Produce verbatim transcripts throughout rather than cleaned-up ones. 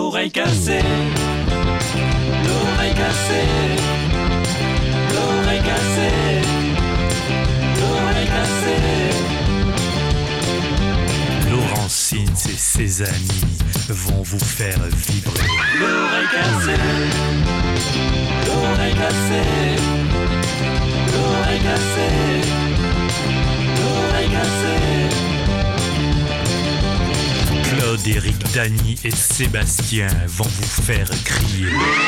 L'oreille cassée, l'oreille cassée, l'oreille cassée, l'oreille cassée. Laurentine et ses amis vont vous faire vibrer. L'oreille cassée, l'oreille cassée, l'oreille cassée, l'oreille cassée. Claude, Eric, Dany et Sébastien vont vous faire crier.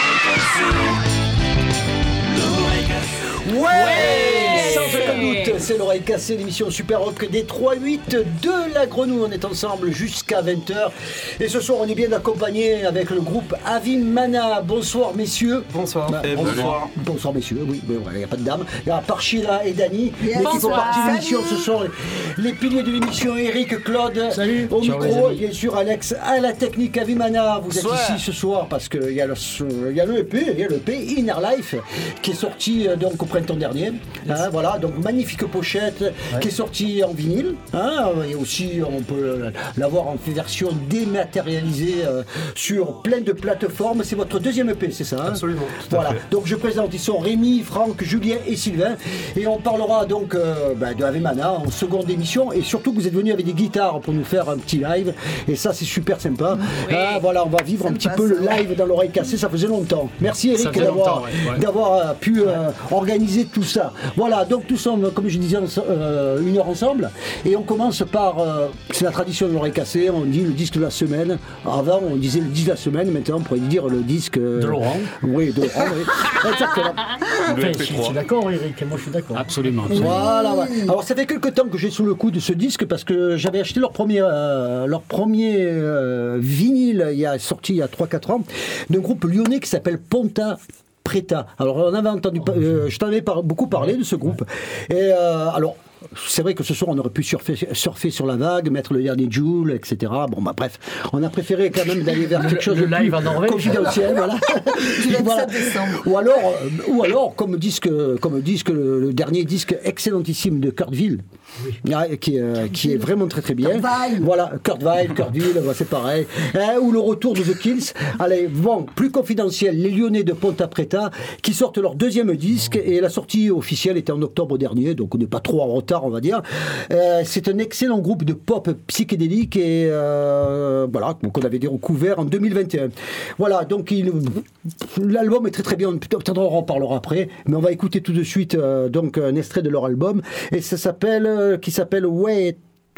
L'oreille cassée. Ouais, sans aucun doute, c'est l'oreille cassée, l'émission Super Rock des trois huit de la Grenouille. On est ensemble jusqu'à vingt heures. Et ce soir, on est bien accompagné avec le groupe Avimana. Bonsoir, messieurs. Bonsoir. Bah, Et bonsoir. Bonsoir, messieurs. Oui, il n'y a pas de dame. Il y a à part Sheila et Dany. Yes. Mais qui font Bonsoir. partie de l'émission. Ce sont les, les piliers de l'émission. Eric, Claude. Salut. Au Ciao, micro, les amis. bien sûr, Alex à la technique. Avimana, vous êtes Bonsoir. ici ce soir parce qu'il y a le, il y a le E P, il y a le E P Inner Life qui est sorti euh, donc au printemps dernier. Hein, voilà, donc magnifique pochette Ouais. qui est sortie en vinyle. Hein, et aussi, on peut l'avoir en version dématérialisée euh, sur plein de plateformes. C'est votre deuxième E P, c'est ça hein Absolument, tout à Voilà, fait. donc je présente, ils sont Rémi, Franck, Julien et Sylvain. Et on parlera donc euh, bah, de Avemana en seconde émission. Et surtout que vous êtes venus avec des guitares pour nous faire un petit live. Et ça, c'est super sympa. Oui. Ah, voilà, on va vivre un Sympa, petit peu le ça. live dans l'oreille cassée. Ça faisait longtemps. Merci Ça Eric faisait d'avoir longtemps, ouais, ouais. d'avoir euh, pu euh, organiser tout ça. Voilà, donc nous sommes, comme je disais, ense- euh, une heure ensemble. Et on commence par, euh, c'est la tradition de l'oreille cassée, on dit le disque de la semaine. Avant, on disait le disque de la semaine, maintenant, on pourrait dire le disque... euh, De Laurent. Oui, de Laurent, oui. Exactement. Enfin, je suis je suis d'accord, Eric, moi je suis d'accord. Absolument. Voilà, ouais. Alors ça fait quelques temps que j'ai sous le coup de ce disque parce que j'avais acheté leur premier, euh, leur premier euh, vinyle il y a sorti il y a trois quatre ans d'un groupe lyonnais qui s'appelle Ponta Preta. Alors on avait entendu, euh, je t'en avais par- beaucoup parlé de ce groupe. Et euh, alors. C'est vrai que ce soir, on aurait pu surfer, surfer sur la vague, mettre le dernier Joule, et cetera. Bon, bah bref, on a préféré quand même d'aller vers quelque chose le de live plus en Norvège. confidentiel. Voilà. Du vingt-sept Voilà. décembre. Ou alors, euh, ou alors comme disque, comme disque le, le dernier disque excellentissime de Kurt Weill, ah, qui, euh, qui est vraiment très très bien. Kurt Weill. Voilà, Kurt Weill, Kurt Weill, bah, c'est pareil. Hein, ou le retour de The Kills. Allez, bon, plus confidentiel, les Lyonnais de Ponta Preta qui sortent leur deuxième disque et la sortie officielle était en octobre dernier, donc on n'est pas trop en retard, on va dire. Euh, c'est un excellent groupe de pop psychédélique et euh, voilà, qu'on avait découvert en deux mille vingt et un. Voilà, donc il, l'album est très très bien. Peut-être on en reparlera après, mais on va écouter tout de suite euh, donc un extrait de leur album et ça s'appelle, euh, qui s'appelle Way.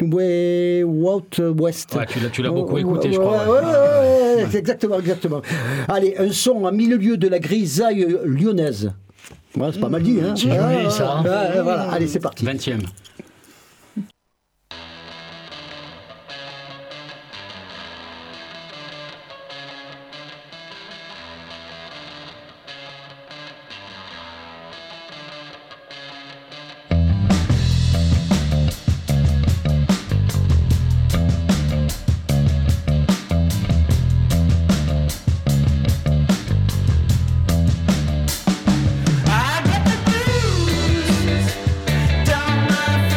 Way Out West. Ouais, tu l'as- tu l'as beaucoup Ouais, écouté, je ouais, crois, Ouais, ouais. ouais, ouais, ouais, exactement, exactement. Allez, un son en mille lieues de la grisaille lyonnaise. Ouais, c'est pas mal dit, hein. C'est joli, ça. Ouais, ouais, voilà, allez, c'est parti. vingtième. I got the blues down my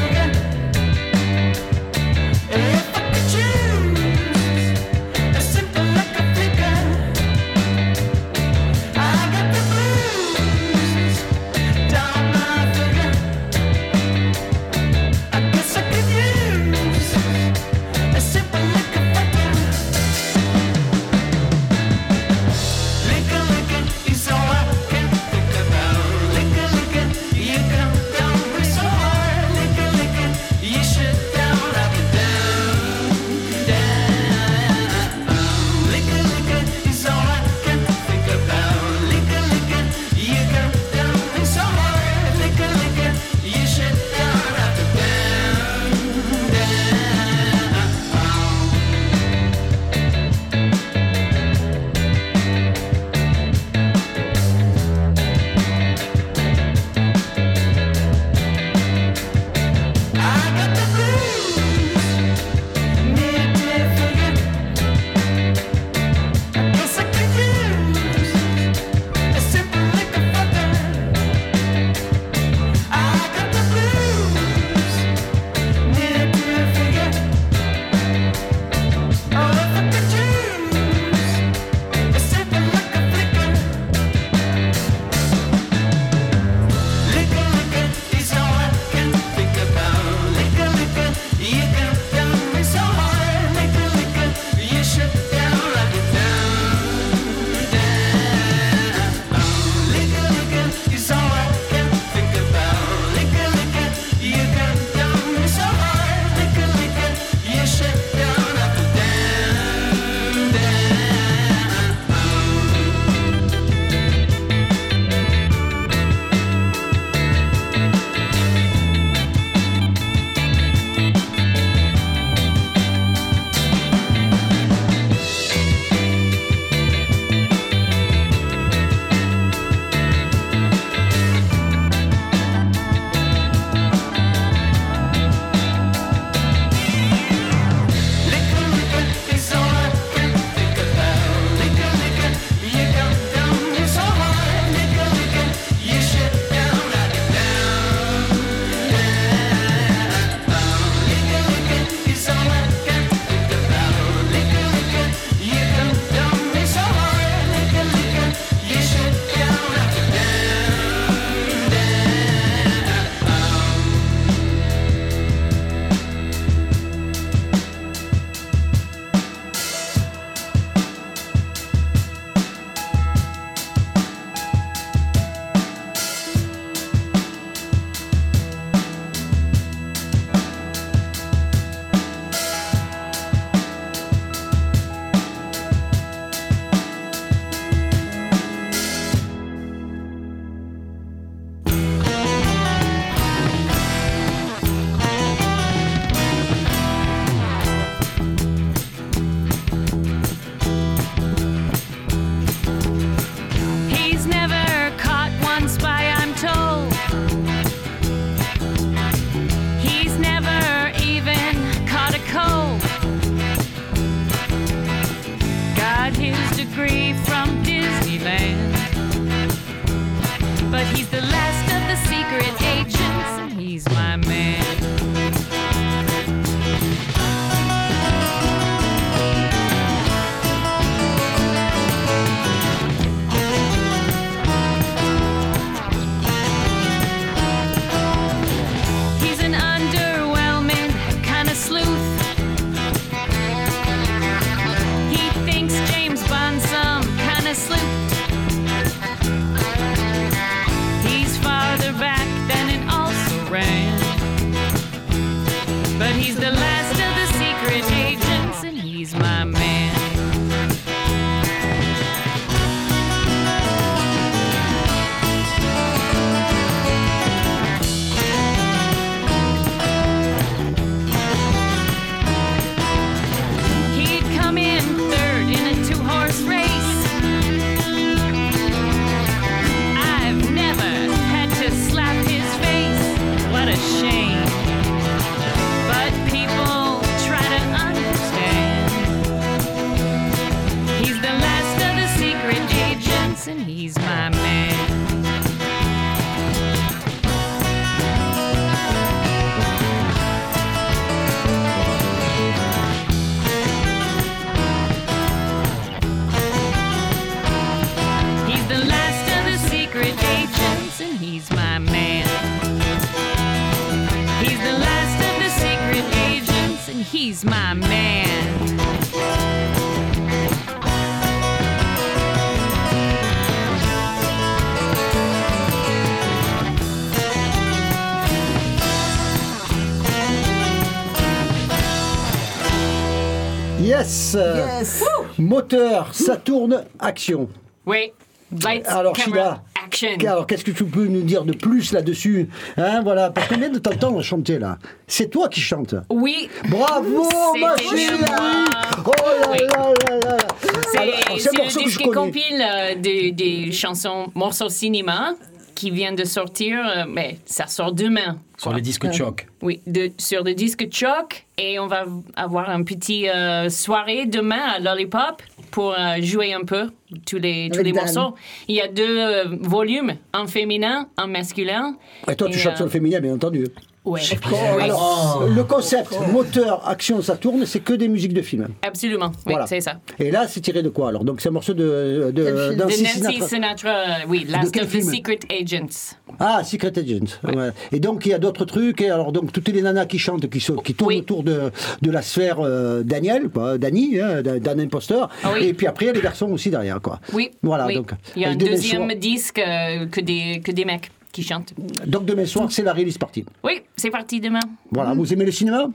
he's my man. Yes, Yes. Moteur, ça tourne, action. Oui. Lights, Alors, camera, Sheila, action. alors qu'est-ce que tu peux nous dire de plus là-dessus, hein, voilà, parce qu'on vient de t'entendre chanter là. C'est toi qui chantes. Oui. Bravo, ma C'était bien Sheila. moi. Oh là Oui. là là là. C'est Alors, c'est un le morceau que je disque connais. compile euh, des, des chansons, morceaux cinéma qui vient de sortir, euh, mais ça sort demain. Sur les disques choc. Oui, de, sur le disque Choc. Et on va avoir un petit euh, soirée demain à Lollipop pour euh, jouer un peu tous les, tous Avec les Dan. morceaux. Il y a deux euh, volumes, un féminin, un masculin. Et toi, tu Et, chantes euh, sur le féminin, bien entendu. Ouais. Oh, alors, le concept, moteur, action, ça tourne, c'est que des musiques de films. Absolument, oui, Voilà. c'est ça. Et là, c'est tiré de quoi alors? Donc, c'est un morceau de, de, Quel film? d'un De Nancy Nancy Sinatra. Sinatra, euh, oui, Last quel of the film? Secret Agents. Ah, Secret Agent. Ouais. Et donc, il y a d'autres trucs. Et alors, donc, toutes les nanas qui chantent, qui, sont, qui tournent Oui. autour de, de la sphère euh, Daniel, quoi, Danny, hein, d'un d'un imposteur. Ah oui. Et puis après, il y a les garçons aussi derrière, quoi. Oui, Voilà, oui. donc. Il y a et un demain deuxième soir- disque euh, que, des, que des mecs qui chantent. Donc, demain soir, c'est la release party. Oui, c'est parti demain. Voilà, vous aimez le cinéma?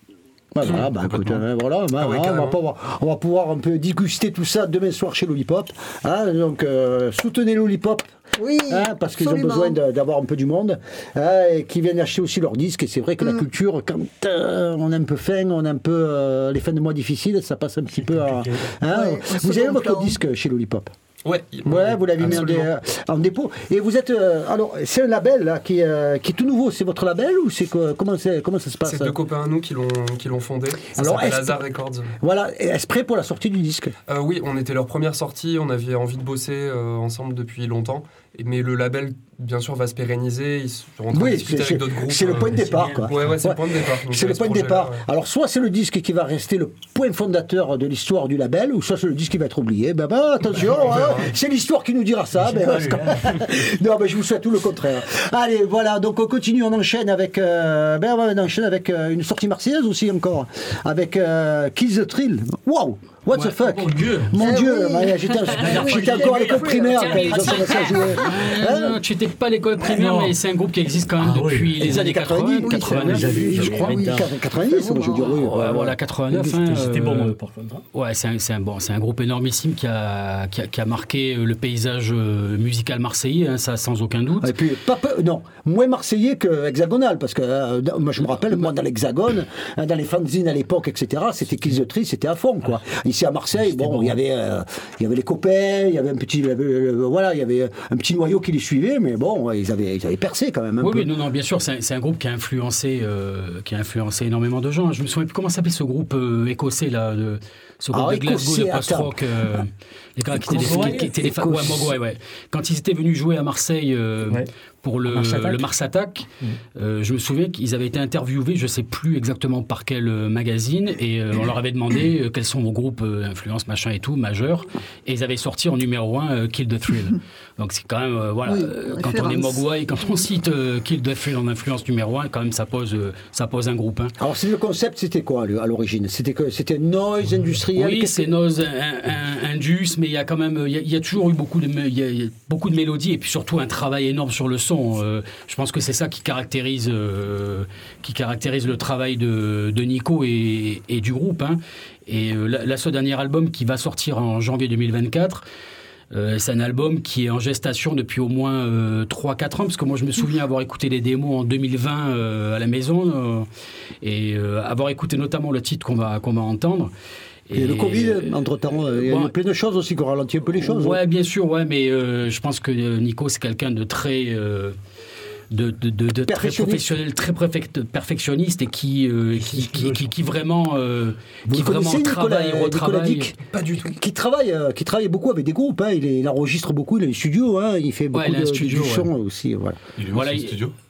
Voilà, bah, écoute, euh, voilà, bah, oui, hein, on, va carrément. pouvoir, on va pouvoir un peu déguster tout ça demain soir chez Lollipop. Hein, donc, euh, soutenez Lollipop. Oui, Hein, parce qu'ils ont absolument. besoin de- d'avoir un peu du monde, hein, et qui viennent acheter aussi leurs disques. Et c'est vrai que la culture, quand euh, on est un peu faim, on a un peu euh, les fins de mois difficiles, ça passe un petit peu à. Hein, Ouais, un vous avez second votre plan. disque chez Lollipop? Ouais, Ouais, vous l'avez mis en, dé- absolument. en dépôt. Et vous êtes. euh, alors, c'est un label là, qui, euh, qui est tout nouveau. C'est votre label ou c'est quoi, comment, c'est- comment ça se passe? C'est deux copains à nous qui l'ont qui l'ont fondé. Ça Alors, s'appelle est-ce- Hazard Records. Voilà, et est-ce prêt pour la sortie du disque? Euh, oui, on était leur première sortie, on avait envie de bosser euh, ensemble depuis longtemps. Et- Mais le label, bien sûr, va se pérenniser. Ils sont en train de Oui, discuter c'est- avec d'autres groupes. c'est le point de euh, départ, quoi. Ouais, ouais, c'est Ouais. le point de départ. Donc, C'est ouais, le ce point de projet-là, départ. ouais. Alors, soit c'est le disque qui va rester le point fondateur de l'histoire du label, ou soit c'est le disque qui va être oublié. Ben, ben attention, hein, c'est l'histoire qui nous dira ça. Ben, parce que- non, ben, je vous souhaite tout le contraire. Allez, voilà, donc on continue, on enchaîne avec, euh, ben, on enchaîne avec euh, une sortie marseillaise aussi encore, avec euh, Kill the Thrill. Wow! What the Ouais. fuck? Mon Dieu. Mon Eh Dieu, oui. ouais, j'étais j'étais encore à l'école primaire quand ils ont commencé à jouer. Euh, non, tu n'étais pas à l'école primaire, Non. mais c'est un groupe qui existe quand même Ah oui. depuis Les les années quatre-vingts, oui, quatre-vingt-neuf, c'est- oui, je je crois. oui, quatre-vingt-dix, moi, je veux dire, oui. Ouais, voilà, quatre-vingt-neuf. C'était hein, c'était euh, bon moment par contre. hein. Ouais, c'est un, c'est un, bon, c'est un groupe énormissime qui a, qui a, qui a marqué euh, le paysage euh, musical marseillais, hein, ça sans aucun doute. Et puis, pas peu- non, moins marseillais que hexagonal, parce que euh, dans- moi je me rappelle, moi dans l'hexagone, hein, dans les fanzines à l'époque, et cetera, c'était Kill the Thrill, c'était à fond, quoi. Ici à Marseille, bon, bon. il y avait, euh, il y avait les copains, il y avait un petit, il y avait, euh, voilà, il y avait un petit noyau qui les suivait, mais bon, ouais, ils avaient, ils avaient percé quand même un Oui, peu. oui, non, non, bien sûr, c'est un, c'est un groupe qui a influencé, euh, qui a influencé énormément de gens. Je me souviens plus comment s'appelait ce groupe euh, écossais là, de, ce groupe Ah, de Glasgow écossais, de post-rock. euh, les gars qui étaient des, Mogwai qui, qui étaient des fans, ouais, Écosse. Mogwai, ouais. Quand ils étaient venus jouer à Marseille euh, Ouais. pour le Mars Attack. le Mars Attack, Mm. euh, je me souviens qu'ils avaient été interviewés, je sais plus exactement par quel euh, magazine, et euh, on leur avait demandé euh, quels sont vos groupes euh, influence machin et tout majeurs, et ils avaient sorti en numéro un euh, Kill the Thrill. Donc c'est quand même euh, voilà, Oui, euh, quand on est référence. Mogwai, quand on cite euh, Kill the Thrill en influence numéro un, quand même ça pose euh, ça pose un groupe. Hein. Alors c'est le concept, c'était quoi à l'origine? C'était que c'était noise industriel. Oui, qu'est-ce c'est que- Noz, un, un, Indus, mais il y a quand même, il y a, il y a toujours eu beaucoup de, mé- il y a, il y a beaucoup de mélodies et puis surtout un travail énorme sur le son. Euh, je pense que c'est ça qui caractérise, euh, qui caractérise le travail de, de Nico et, et du groupe. Hein. Et euh, là, là, ce dernier album qui va sortir en janvier deux mille vingt-quatre. Euh, c'est un album qui est en gestation depuis au moins euh, trois quatre ans, parce que moi je me souviens avoir écouté les démos en deux mille vingt euh, à la maison, euh, et euh, avoir écouté notamment le titre qu'on va, qu'on va entendre. Et le Covid, entre-temps, euh, il y a bon, eu plein de choses aussi qui ont ralenti un peu les choses. Ouais, hein. bien sûr, ouais, mais euh, je pense que euh, Nico, c'est quelqu'un de très... euh, de, de, de, de très Perfectionniste. professionnel, très perfect- perfectionniste et qui, euh, qui, qui, qui, qui vraiment, euh, Vous qui le connaissez, vraiment Nicolas- travaille, Nicolas retravaille. Dick Pas du tout. Qui travaille, euh, qui travaille beaucoup avec des groupes, hein. il, est- il enregistre beaucoup, il a des studios, hein. Il fait beaucoup il a un de, studio, du ouais. son aussi. Voilà. Il est où Voilà, son il- studio?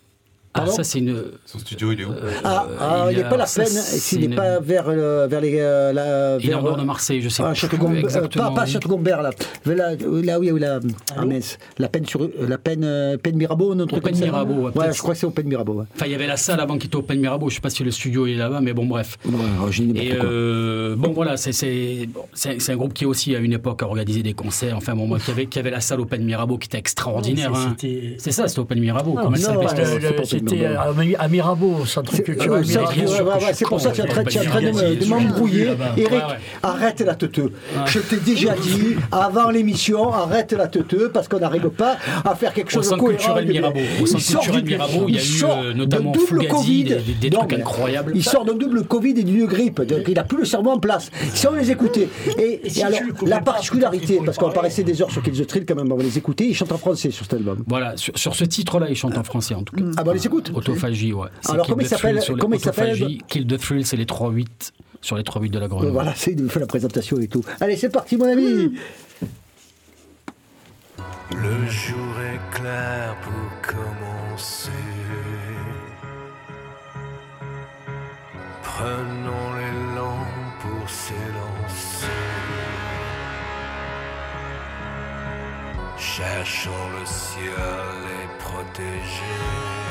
Ah, Pardon ça, c'est une. Son studio, il est où euh, Ah, ah, il n'est a- pas la ça, peine, c'est s'il n'est une- pas vers, euh, vers les. euh, la, Il est en vers, dehors de Marseille, je sais ah, plus Château-Gombe- euh, exactement. pas, pas où. Château-Gombert, là. Vers Là, là, oui, oui, là. Ah, mince. La peine sur. euh, La peine, euh, peine Mirabeau, notre truc Open comme ça. Mirabeau, ouais, Ouais, peut-être. je crois que c'est Open Mirabeau. Ouais. Enfin, il y avait la salle avant qui était Open Mirabeau. Je sais pas si le studio est là-bas, mais bon, bref. Ouais, ouais, je dis n'importe Et quoi. euh, bon, voilà, c'est c'est bon, c'est c'est un groupe qui aussi à une époque a organisé des concerts. Enfin, bon, moi, qui avait qui avait la salle Open Mirabeau qui était extraordinaire. Non, c'est- hein. c'était- C'est ça, c'était Open Mirabeau. Non, Comment elle non, s'appelle, ouais, cette- ouais, Le- c'est le- pas C'était Mirabeau. à Mi- à Mirabeau, au centre C'est- culturel euh, ça, Mirabeau. bien sûr ouais, que ouais, je ouais, suis c'est pour ça que tu es en train, tu es en train de me- de m'embrouiller. là-bas. Eric, Ouais, ouais. arrête la teuteux. Je t'ai déjà dit avant l'émission, arrête la teuteux parce qu'on n'arrive pas à faire quelque Au chose de centre cohérent. culturel de- Mirabeau. Au Il centre sort culturel du- Mirabeau, il y a eu, sort euh, d'un notamment double Fugazi, Covid. des- des- des Non, trucs mais incroyables. Il sort d'un double Covid et d'une grippe. Donc il n'a plus le cerveau en place. Si on les écoutait. Et, Et si et alors, tu le connais la pas, particularité, peut-être qu'il parce faut qu'on y paraissait des heures sur Kill the Thrill quand même, on va les écouter. Ils chantent en français sur cet album. Voilà, sur, sur ce titre-là, il chante en français en tout cas. Ah bah on les écoute. Autophagie, ouais. C'est Alors, Kill comment il the s'appelle- Thrill sur les- comment il s'appelle Autophagie, Kill the Thrill, c'est les trois huit sur les trois huit de la Grenouille. Voilà, c'est il me fait la présentation et tout. Allez, c'est parti mon ami. Le jour est clair pour commencer. Prenons l'élan pour s'élancer. Cherchons le ciel et protégés.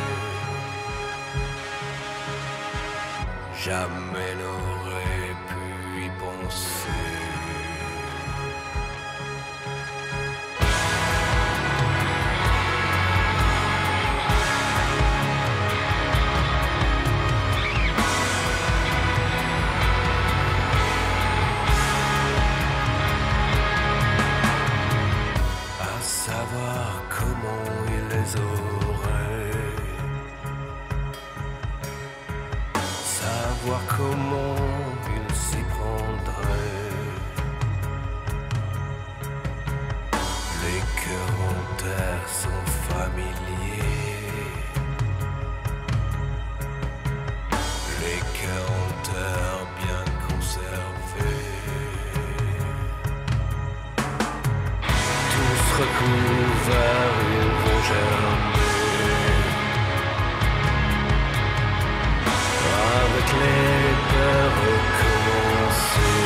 Jamais n'aurait pu y penser. À savoir comment il les aurait, savoir comment il s'y prendrait. Les cœurs en terre sont familiers, les cœurs en terre bien conservés. Tous recouverts, ils vont germer. Avec les peurs recommencer.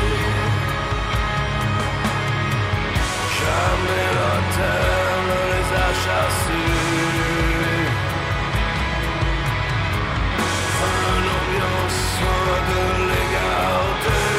Jamais la terre ne les a chassés. Prenons bien soin de les garder.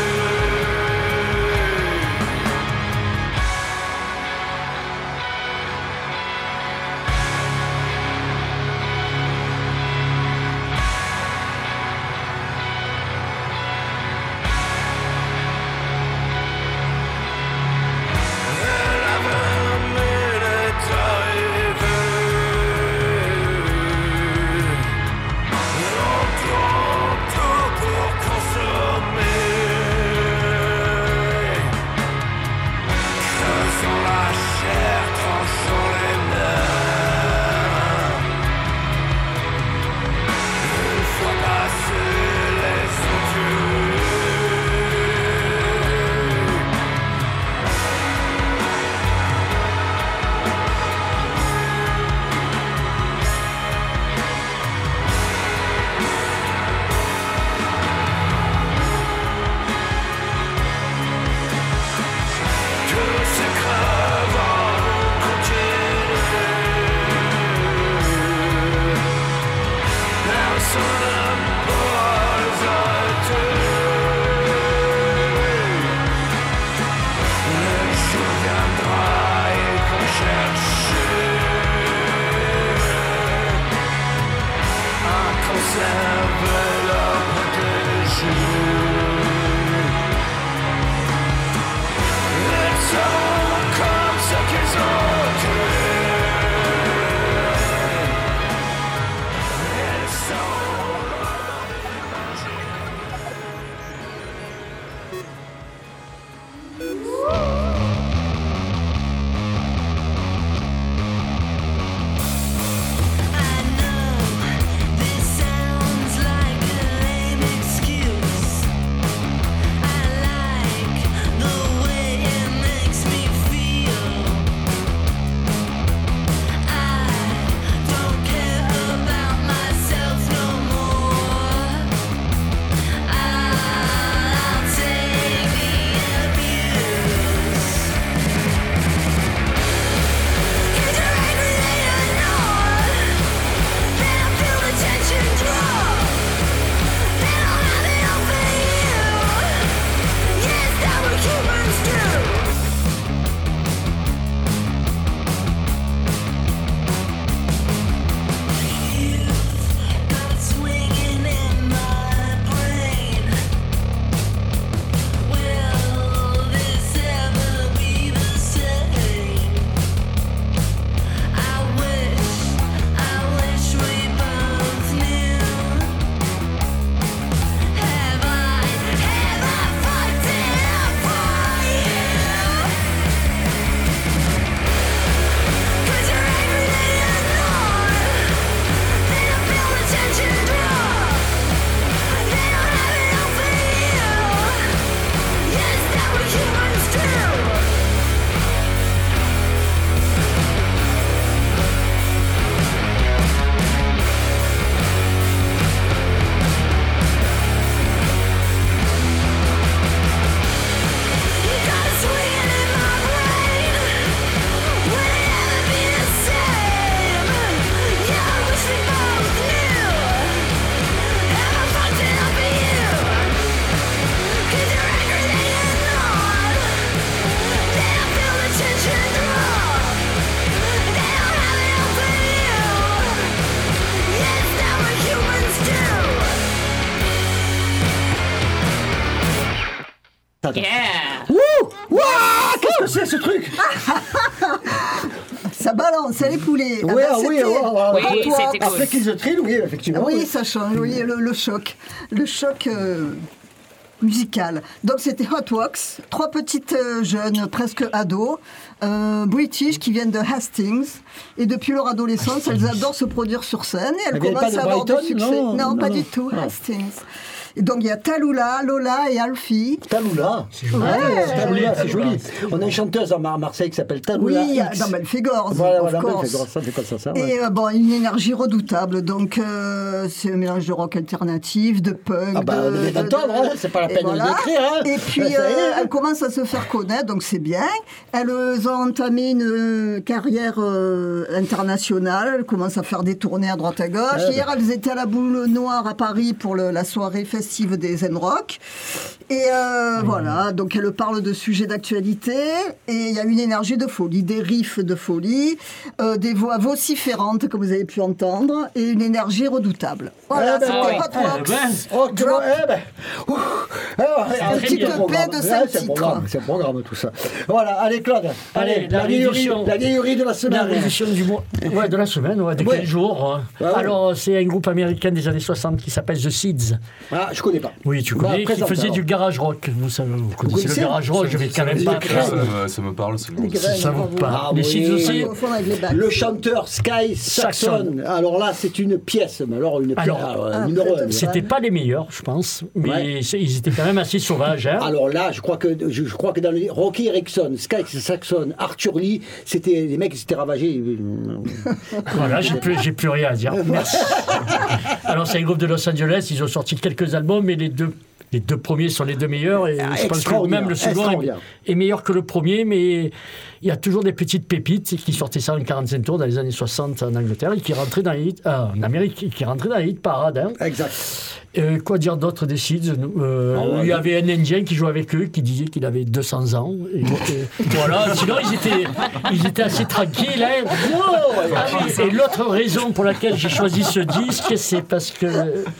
T'adores. Yeah! Wouh! Wouah! Qu'est-ce que c'est ce truc? Ça balance, elle est poulée. Ah Ouais, ben, ah oui, c'était- ouais, ouais, ouais. Oui, pour toi. c'était cool. Après qu'ils se trillent, oui, effectivement. Oui, ça change, oui, le, le choc. Le choc euh, musical. Donc c'était Hot Wax, trois petites euh, jeunes, presque ados, euh, british, qui viennent de Hastings. Et depuis leur adolescence, elles adorent se produire sur scène. Et elles Elles viennent commencent pas de à avoir du Brighton, succès. non, non, pas non. du tout, Ah. Hastings. Et donc il y a Tallulah, Lola et Alfie. Tallulah. C'est joli. Ouais, C'est Tallulah, joli, c'est joli. Tallulah. On a une chanteuse à Mar- Marseille qui s'appelle Oui, Tallulah X. dans Belphégor, Voilà, of voilà, course. Belphégor, ça, c'est comme ça, ça. Ouais. Et euh, bon, une énergie redoutable. Donc, euh, c'est un mélange de rock alternatif, de punk. Ah bah, de, on vient d'entendre, hein, c'est pas la et peine de le décrire, hein. Et puis, Ouais, ça y est, euh, hein. elles commencent à se faire connaître, donc c'est bien. Elles ont entamé une euh, carrière euh, internationale. Elles commencent à faire des tournées à droite à gauche. Ouais, Hier, elles étaient à la Boule Noire à Paris pour le- la soirée festive des Zen Rock. Et euh, voilà, donc elles parlent de sujets d'actualité. Et il y a une énergie de folie, des riffs de folie, euh, des voix vociférantes, comme vous avez pu entendre, et une énergie redoutable. Voilà, Eh ben, c'était oui. Hot Eh Wax. ben, Oh, tu Drop. vois, eh ben, ouf, eh, ouais, un très petit bien. programme. E P de Ouais, cinq c'est un titres. programme, c'est un programme tout ça. Voilà, allez Claude, allez, Allez, la la vieillerie, révision. la vieillerie de la La semaine. révision du mois. Ouais, de la semaine, ouais, de Ouais. quel jour hein. Ouais, ouais. Alors, c'est un groupe américain des années soixante qui s'appelle The Seeds. Ah, je connais pas. Oui, tu Bah, connais, qui présente, faisait alors. du garage rock. Vous savez, vous connaissez connaissez le garage rock, je vais quand même les pas. graines. Ça me, ça me parle, c'est bon. Les graines, Ça vous bravo. parle. Ah Les oui. Seeds aussi. On confond avec les bacs. Le chanteur Sky Saxon. Saxon. Alors là, c'est une pièce, mais alors une pièce Alors, ah, ah, numéro un. peut-être C'était pas les meilleurs, je pense, mais Ouais. c'est- ils étaient quand même assez sauvages. Hein. Alors là, je crois que je, je crois que dans les Rocky Erickson, Sky Saxon, Arthur Lee, c'était les mecs qui s'étaient ravagés. Voilà, j'ai plus, j'ai plus rien à dire. Merci. Alors, c'est un groupe de Los Angeles, ils ont sorti quelques albums, mais les deux, les deux premiers sont les deux meilleurs. Et Ah, je pense que extraordinaire, même le second est, extraordinaire. est meilleur que le premier, mais il y a toujours des petites pépites qui sortaient ça en quarante-cinq tours dans les années soixante en Angleterre et qui rentraient dans les hits, euh, en Amérique, et qui rentraient dans les hits parades. Hein. Exact. Euh, quoi dire d'autre des Seeds euh, Ah ouais. Il y avait un Indien qui jouait avec eux, qui disait qu'il avait deux cents ans. Et, euh, voilà, sinon ils étaient, ils étaient assez tranquilles. Hein. Ah oui, et l'autre raison pour laquelle j'ai choisi ce disque, c'est parce que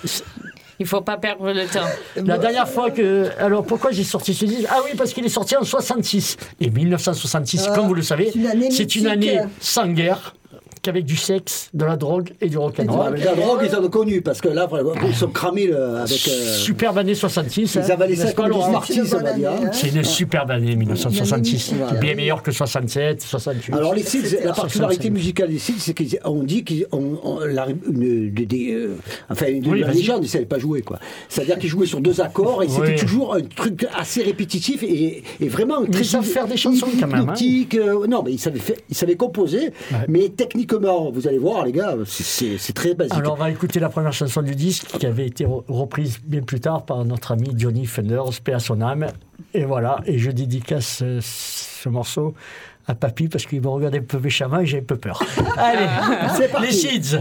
Il faut pas perdre le temps. la dernière fois que... Alors pourquoi j'ai sorti ce disque? Ah oui, parce qu'il est sorti en soixante-six. Et mille neuf cent soixante-six, Ah, comme vous le savez, c'est une année c'est une mythique. année sans guerre, qu'avec du sexe, de la drogue et du Ah, rock'n'roll. mais la drogue, ils en ont connu, parce que là, vraiment, ils sont cramés le- avec. euh, Superbe année soixante-six. ils avalaient n'est-ce ça pas, comme des Laurent Smarties, on va dire. Hein. C'est une superbe année, mille neuf cent soixante-six. Voilà. Bien meilleur que soixante-sept, soixante-huit. Alors les Seeds, la particularité soixante-cinq. musicale des Seeds, c'est qu'on dit qu'ils ont ont la, une, des- des, euh, enfin une, Oui, la vas-y. légende, ils ne savaient pas jouer quoi. C'est-à-dire qu'ils jouaient sur deux accords et c'était Oui. toujours un truc assez répétitif et, et vraiment Mais très ils savent faire des chansons, quand même, hein. hypnotique, euh, non, mais ils savaient, faire- ils savaient composer, Ouais. mais techniquement, vous allez voir les gars, c'est- c'est c'est très basique. Alors, on va écouter la première chanson du disque qui avait été re- reprise bien plus tard par notre ami Johnny Thunders, paix à son âme. Et voilà, et je dédicace ce, ce morceau à Papy parce qu'il me regarde un peu méchamment et j'ai un peu peur. Allez, C'est parti. les Seeds.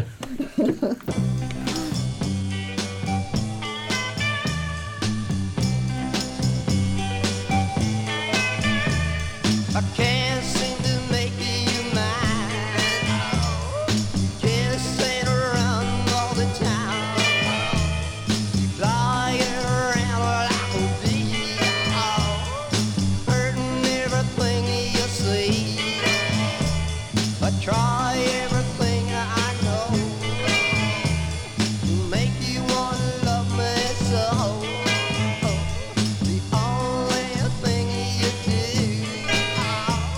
I can't seem to make you mine. Chasing around all the time, flying around like a bee, hurting everything you see. I try everything I know to make you wanna love me so. The only thing you do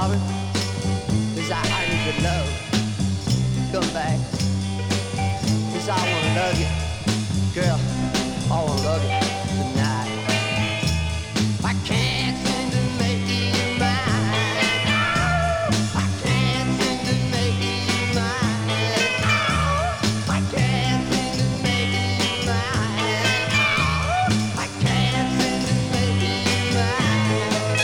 sorry, 'cause I need your love. Come back, 'cause I wanna love you, girl. I wanna love you tonight. I can't seem to make you mine. I can't seem to make you mine. I can't seem to make you mine. I can't seem to make you mine.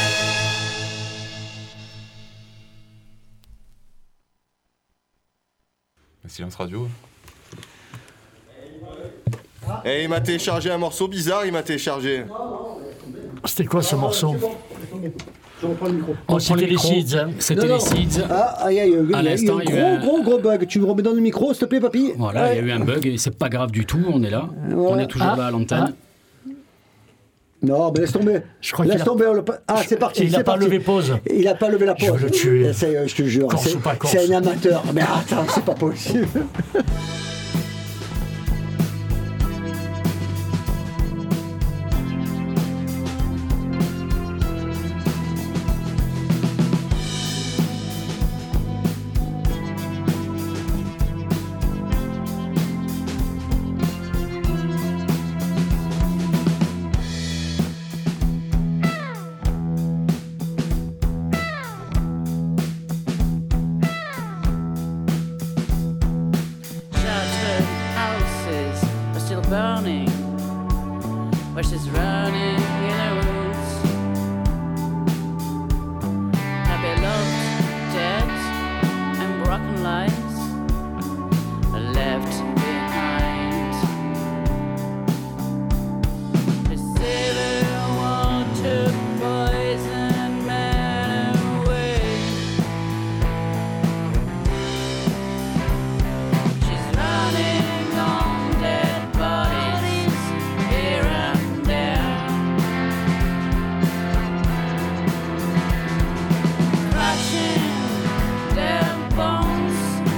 Silence radio. Et il m'a téléchargé un morceau bizarre, il m'a téléchargé. C'était quoi ce morceau? Je reprends le micro. Oh, c'était les Seeds. Hein. C'était Non, les non. Seeds. Ah, aïe, aïe, aïe, À il y a eu l'instant, un il y a eu gros, un- gros, gros bug. Tu me remets dans le micro, s'il te plaît, papy? Voilà, il y a Ouais. eu un bug et c'est pas grave du tout, on est là. Voilà. On est toujours Ah, là à l'antenne. Non, mais laisse tomber. Je crois laisse qu'il a- tomber. on le... Ah, c'est parti. Il n'a c'est pas parti. levé pause. Il n'a pas levé la pause. Je veux le tuer. Essaye, je te jure. Corse C'est ou pas corse. c'est un amateur. Mais attends, c'est pas possible. Shattered houses are still burning. Horses running in the woods. A beloved dead and broken lives are left behind. The civil war took poison men away. She's running on dead bodies here and there, crushing their bones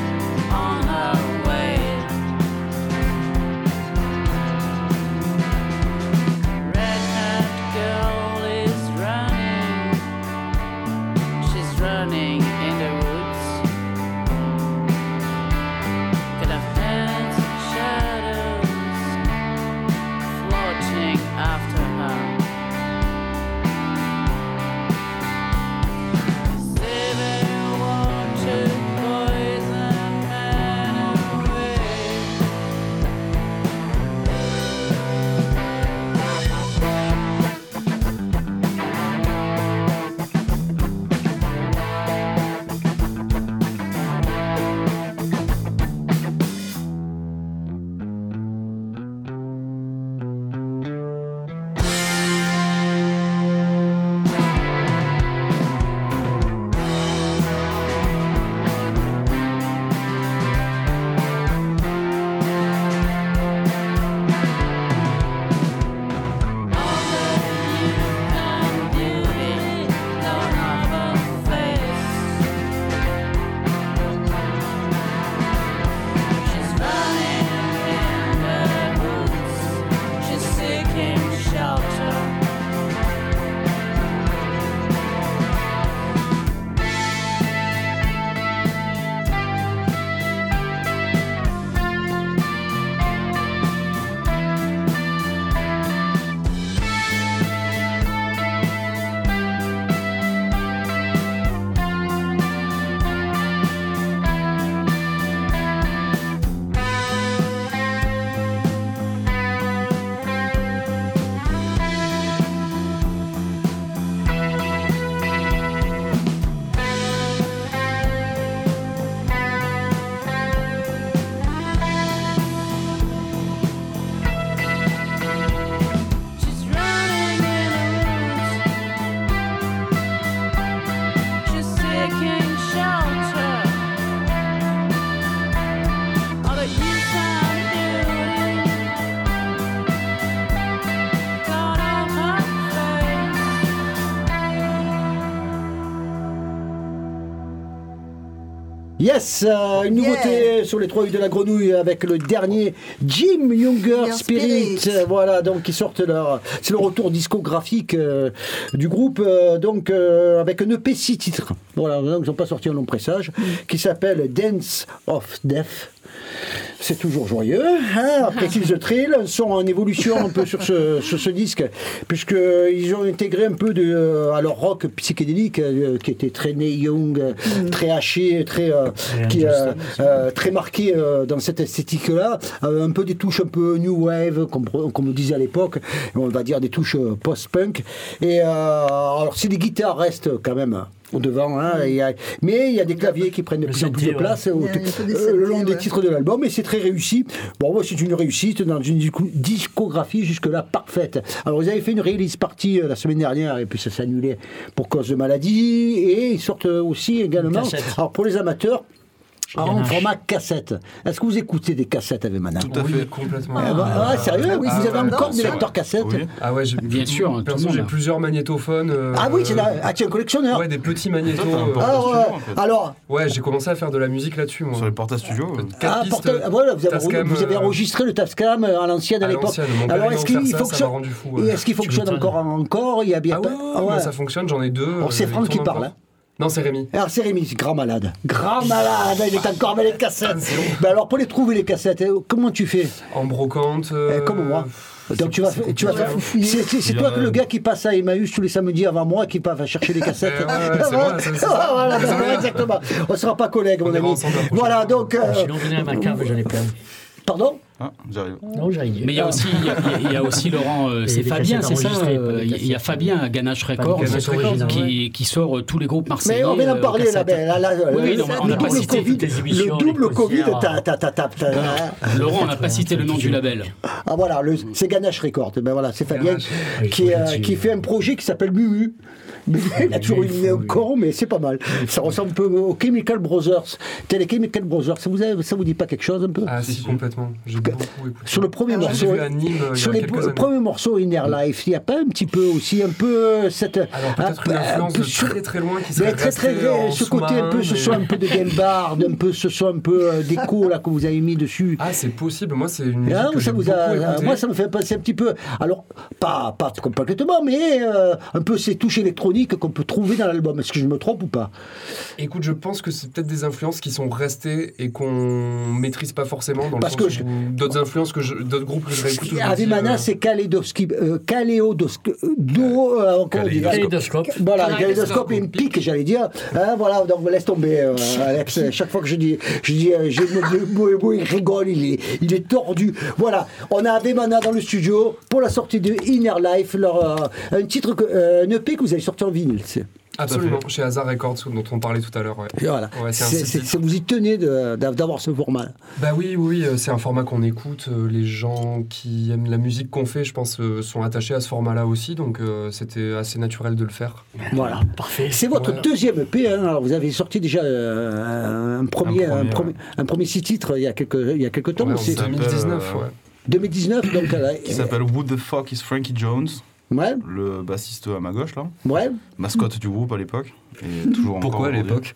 Yes, euh, une nouveauté Yeah. sur les trois U de la grenouille avec le dernier Jim Younger Spirit. Spirit. Euh, Voilà, donc ils sortent leur, c'est le retour discographique euh, du groupe, euh, donc euh, avec un E P six titres. Voilà, donc ils n'ont pas sorti un long pressage qui s'appelle Dance of Death. C'est toujours joyeux, hein, après Kill the Thrill, un son en évolution un peu sur ce, sur ce disque, puisqu'ils ont intégré un peu de, euh, à leur rock psychédélique, euh, qui était très Neil Young, euh, très haché, très, euh, qui, euh, euh, très marqué euh, dans cette esthétique-là, euh, un peu des touches un peu new wave, comme, comme on disait à l'époque, on va dire des touches euh, post-punk. Et euh, alors si les guitares restent quand même au devant, hein, il y a, mais il y a des claviers qui prennent de Le plus en plus synthé, de place au- Il y a- il y a des euh, le long synthés, des ouais. titres de l'album, et c'est très réussi. Bon, moi, c'est une réussite dans une disco- discographie jusque-là parfaite. Alors, ils avaient fait une release party euh, la semaine dernière, et puis ça s'est annulé pour cause de maladie, et ils sortent aussi également, cassette. alors pour les amateurs, en Ganache. format cassette. Est-ce que vous écoutez des cassettes avec Mana? Tout à Oui, fait. complètement. Ah, bah, ah, sérieux? Ah oui, Vous c'est avez vrai. encore Non, des c'est lecteurs cassettes? Oui. Ah ouais, j'ai, Bien sûr, tout perso, le monde j'ai a. plusieurs magnétophones. euh, Ah oui, c'est là. Ah, tu es un collectionneur? Ouais, des petits magnétos. Toi, t'as un euh, porte- Alors, studio, euh, en fait. alors, Ouais, j'ai commencé à faire de la musique là-dessus, moi. Sur les portages studio. euh, Quatre ah, pistes, porta- ah, voilà, vous avez, Tascam, vous avez euh, enregistré le Tascam euh, à l'ancienne à à l'époque. l'ancienne. Mon père, Alors, il est-ce m'a qu'il offert ça, ça fonctionne m'a rendu fou, et ouais. est-ce qu'il fonctionne m'étonnes. encore encore? Il y a bien Ah pas- oui, ah ouais. bah, ça fonctionne, j'en ai deux. Alors, c'est euh, Franck ils qui tournent parle, encore. hein. Non, c'est Rémi. Alors c'est Rémi, c'est grand malade. Grand malade, il est encore mêlé de cassettes. Ben alors pour les trouver les cassettes, euh, comment tu fais? En brocante. euh, Eh, comme moi. Donc tu vas, c'est tu vas compliqué. faire. C'est, c'est- c'est Il y toi en a- que le gars qui passe à Emmaüs tous les samedis avant moi qui va chercher les cassettes. Eh ouais, ouais, c'est moi, c'est- c'est ça. Ah, voilà, Désolé. ben, exactement. On ne sera pas collègues, On mon ira ami. ensemble la prochaine Voilà, fois. donc. euh, Sinon, venez à ma cave, j'en ai plein. Pardon? Ah, j'arrive. Non, j'arrive. Mais il y a aussi, il y a, il y a aussi Laurent, euh, Et c'est des Fabien, cassettes c'est ça enregistrées, pas euh, des Il y a- il y a cassettes. Fabien à Ganache Records Ganache Records, qui, qui sort euh, tous les groupes marseillais. Mais on vient d'en euh, parler là, cassettes. ben, là, là, Oui, oui, le, non, on le n'a pas double cité Covid, toutes les émissions, le double les Covid, concerts. ta, ta, ta, ta, ta- Laurent, on n'a pas cité le nom du label. Ah voilà, le- c'est Ganache Records. Ben voilà, c'est Fabien Ganache. qui, euh, qui fait un projet qui s'appelle Mumu. Mais il a toujours une idée au con, mais c'est pas mal. Ça ressemble un peu aux Chemical Brothers. T'as les Chemical Brothers, ça vous, a- ça vous dit pas quelque chose un peu? Ah, si, complètement. J'ai beaucoup écouté. Sur le premier Je morceau, l'ai vu à Nîmes euh, il y sur a les quelques pre- années. premiers morceaux Inner Life, il n'y a pas un petit peu aussi un peu euh, cette Alors peut-être un- une un influence peu de sur- très très loin qui mais serait très très restée en ce côté un peu, ce sous-marin, soit un mais- peu de game bar, un peu, ce soit un peu euh, déco là que vous avez mis dessus. Ah, c'est possible. Moi, c'est une musique Ah, que ça j'ai vous beaucoup a- écoutée. moi, ça me fait passer un petit peu. Alors, pas, pas complètement, mais euh, un peu ces touches électroniques qu'on peut trouver dans l'album. Est-ce que je me trompe ou pas? Écoute, je pense que c'est peut-être des influences qui sont restées et qu'on maîtrise pas forcément dans Parce le que sens je- où d'autres influences que je, d'autres groupes que je réécoute aujourd'hui. Avemana, euh, c'est kaléidoscope. Euh, kaléidoscope. Do, euh, encore on dit- Kaléidoscope. Voilà, Kaléidoscope. kaléidoscope et une pique, j'allais dire. Hein, voilà, donc laisse tomber, euh, Alex. Chaque fois que je dis, je dis, euh, j'ai le mot, le mot, il rigole, il est, il est tordu. Voilà, on a Avemana dans le studio pour la sortie de Inner Life, leur, euh, un titre, que, euh, un E P que vous avez sorti en vinyle. c'est- Absolument, chez Hazard Records, dont on parlait tout à l'heure. Ouais. Et voilà. Ouais, c'est un C'est- six c'est- titres. c'est- vous y tenez de- d'avoir ce format. Bah oui, oui, oui, euh, c'est un format qu'on écoute. euh, Les gens qui aiment la musique qu'on fait, je pense, euh, sont attachés à ce format-là aussi. Donc euh, c'était assez naturel de le faire. Voilà. Parfait. C'est votre Ouais. deuxième E P. Hein. Alors vous avez sorti déjà euh, un, premier, Un un, premier, premier, ouais. un premier six titres il y a quelques, il y a quelques temps. Ouais, en c'est deux deux mille dix-neuf, euh, ouais. deux mille dix-neuf, donc. euh, Qui s'appelle Who the fuck is Frankie Jones, Ouais, le bassiste à ma gauche là, ouais. mascotte du groupe à l'époque. Et toujours encore Pourquoi à aujourd'hui. l'époque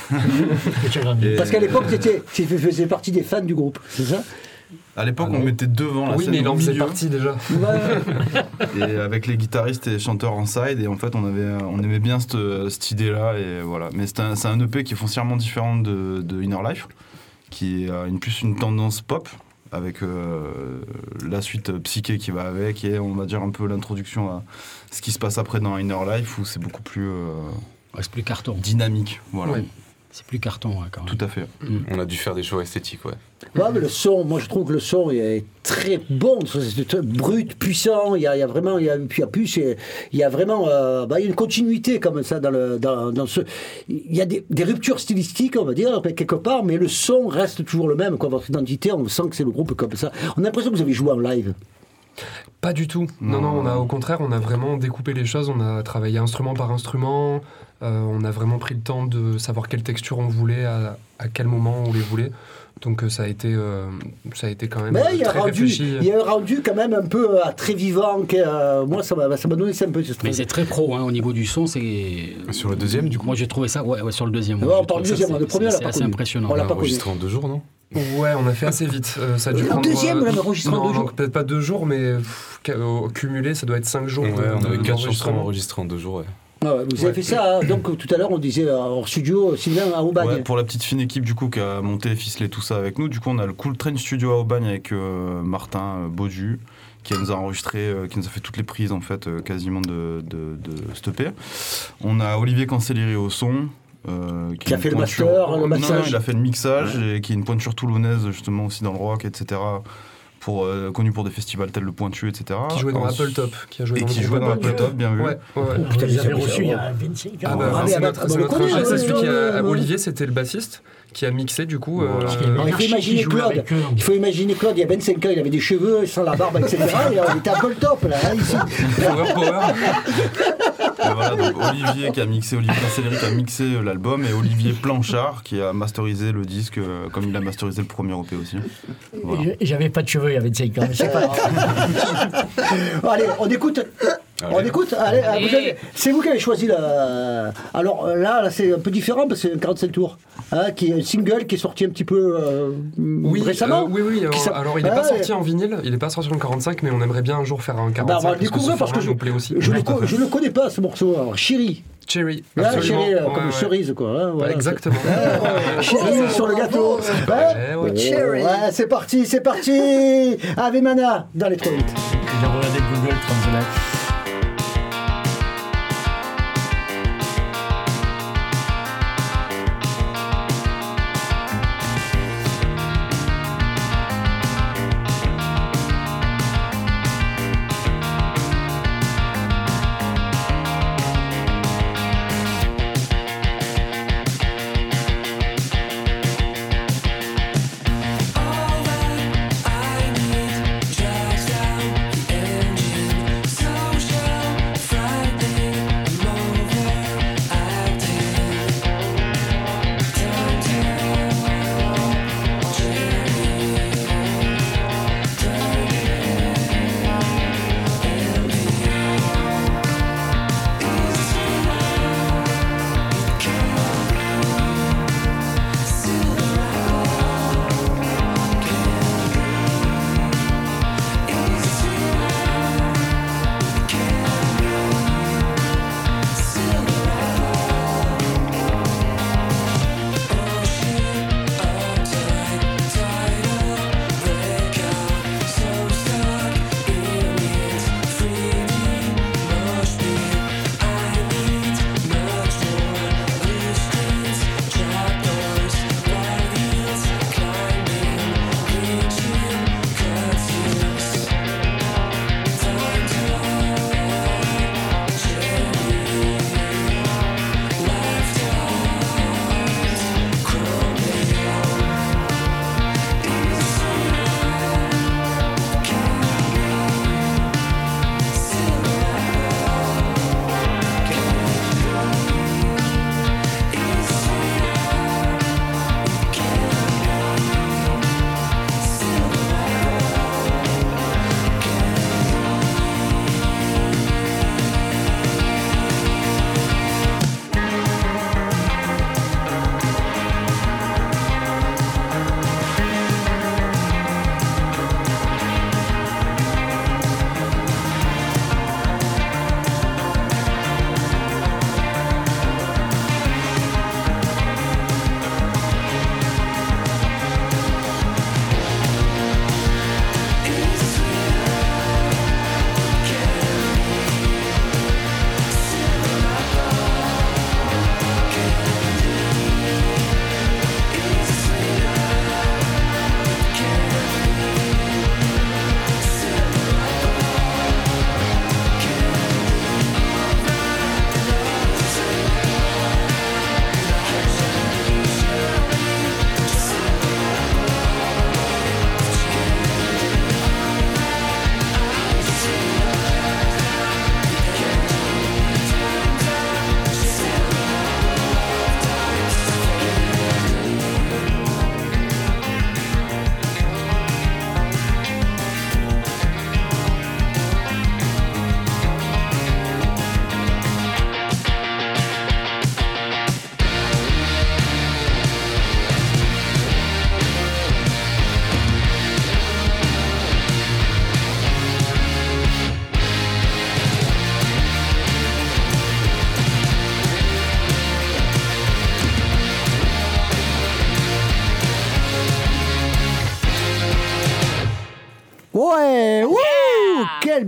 Et- Parce qu'à l'époque, tu étais- tu faisais partie des fans du groupe, c'est ça? À l'époque, Ah on non. mettait devant la Oui, scène mais il au en faisait milieu, partie déjà. Ouais. et avec les guitaristes et les chanteurs en side, et en fait, on avait, on aimait bien cette, cette idée-là, et voilà. Mais c'est un, c'est un E P qui est foncièrement différent de, de Inner Life, qui a une, plus une tendance pop, avec euh, la suite psyché qui va avec, et on va dire un peu l'introduction à ce qui se passe après dans Inner Life, où c'est beaucoup plus euh, Ouais, c'est plus carton. dynamique, voilà. Ouais. C'est plus carton, ouais, quand même. Tout à fait. On a dû faire des choix esthétiques, ouais. Ouais, mais le son, moi je trouve que le son est très bon, c'est très brut, puissant. Il y a, il y a vraiment, il y a, puis il y a plus, il y a vraiment, euh, bah, il y a une continuité comme ça dans le, dans, dans ce. Il y a des, des ruptures stylistiques, on va dire quelque part, mais le son reste toujours le même. Quoi, votre identité, on sent que c'est le groupe comme ça. On a l'impression que vous avez joué en live. Pas du tout. Non, non, on a, au contraire, on a vraiment découpé les choses, on a travaillé instrument par instrument, euh, on a vraiment pris le temps de savoir quelle texture on voulait, à, à quel moment on les voulait. Donc euh, ça a été, euh, ça a été quand même Mais il y, a très rendu, réfléchi. il y a un rendu quand même un peu euh, très vivant. Que, euh, moi, ça m'a, ça m'a donné ça un peu. Mais c'est très pro hein, au niveau du son. C'est... Sur le deuxième, du coup Moi, j'ai trouvé ça, ouais, ouais sur le deuxième. Ouais, ouais, on j'ai parle du trouvé ça, deuxième, c'est- le premier, on l'a c'est pas assez connu. impressionnant. On l'a On pas a enregistré en deux jours, non Ouais, on a fait assez vite. Euh, ça a dû Le prendre, deuxième, euh, vous l'avez enregistré en non, deux non, jours peut-être pas deux jours, mais pff, ca- au cumulé, ça doit être cinq jours. Ouais, de- on avait de- quatre chansons d'enregistrement. enregistrées en deux jours, ouais. Ah ouais, vous avez Ouais. fait ça, hein, donc tout à l'heure on disait euh, hors studio, Sylvain à Aubagne. Ouais, pour la petite fine équipe du coup qui a monté et ficelé tout ça avec nous, du coup on a le Cool Train Studio à Aubagne avec euh, Martin euh, Baudu qui nous a enregistré, euh, qui nous a fait toutes les prises en fait euh, quasiment de, de, de cette E P. On a Olivier Cancellieri au son. Euh, Qui a est fait une le pointure- master, le Non, non, mixage. il a fait le mixage et qui est une pointure toulonnaise justement aussi dans le rock, et cetera. Pour, euh, connu pour des festivals tels le Pointu, et cetera. Qui jouait dans En- Apple Top. Qui a joué et dans qui le jouait dans groupe Apple Top, bien vu. Ouais, ouais, ouais. Putain, Vous mais avez ça- reçu il y ça- a vingt-cinq ans. Ah bah, Ah, c'est mais notre, bah, c'est le notre connaît, ingé, c'est euh, celui qui a, euh, Olivier, c'était le bassiste qui a mixé du coup. Voilà. euh, Parce qu'il y a une Alors, il faut anarchie qui imaginer jouait Claude. avec eux. Il faut imaginer Claude, il y a vingt-cinq ans, il avait des cheveux sans la barbe, et cetera. Et on était à Apple Top là, hein, ici. Power Power. Et voilà, donc Olivier qui a mixé, Olivier Cancellieri qui a mixé euh, l'album et Olivier Planchard qui a masterisé le disque euh, comme il a masterisé le premier O P aussi. Voilà. Et J'avais pas de cheveux il y a vingt-cinq ans, mais c'est pas grave. Bon, allez, on écoute. On Allez. écoute. Allez, Allez. vous avez- c'est vous qui avez choisi la. Alors euh, là, là c'est un peu différent parce que c'est un quarante-cinq tours, hein, qui est un single qui est sorti un petit peu euh, Oui, récemment. euh, oui, oui. Alors, Qui s'a- alors, il n'est Ah, pas ouais. sorti en vinyle, il n'est pas sorti en quarante-cinq, mais on aimerait bien un jour faire un quarante-cinq. Bah, on va le parce que découvrir ce parce que format je, nous plaît aussi. je, le, Ouais, co- je le connais pas ce morceau. Alors, Chéri. Cherry, Là, absolument. chéri, euh, Ouais, comme ouais. cerise, quoi. hein, Ouais, voilà. exactement. Chéri sur le gâteau. Ouais, ouais. Cherry. Ouais, c'est parti, c'est parti. Ave Mana dans les trois huit. J'ai regardé Google Translate. All that I need dries down the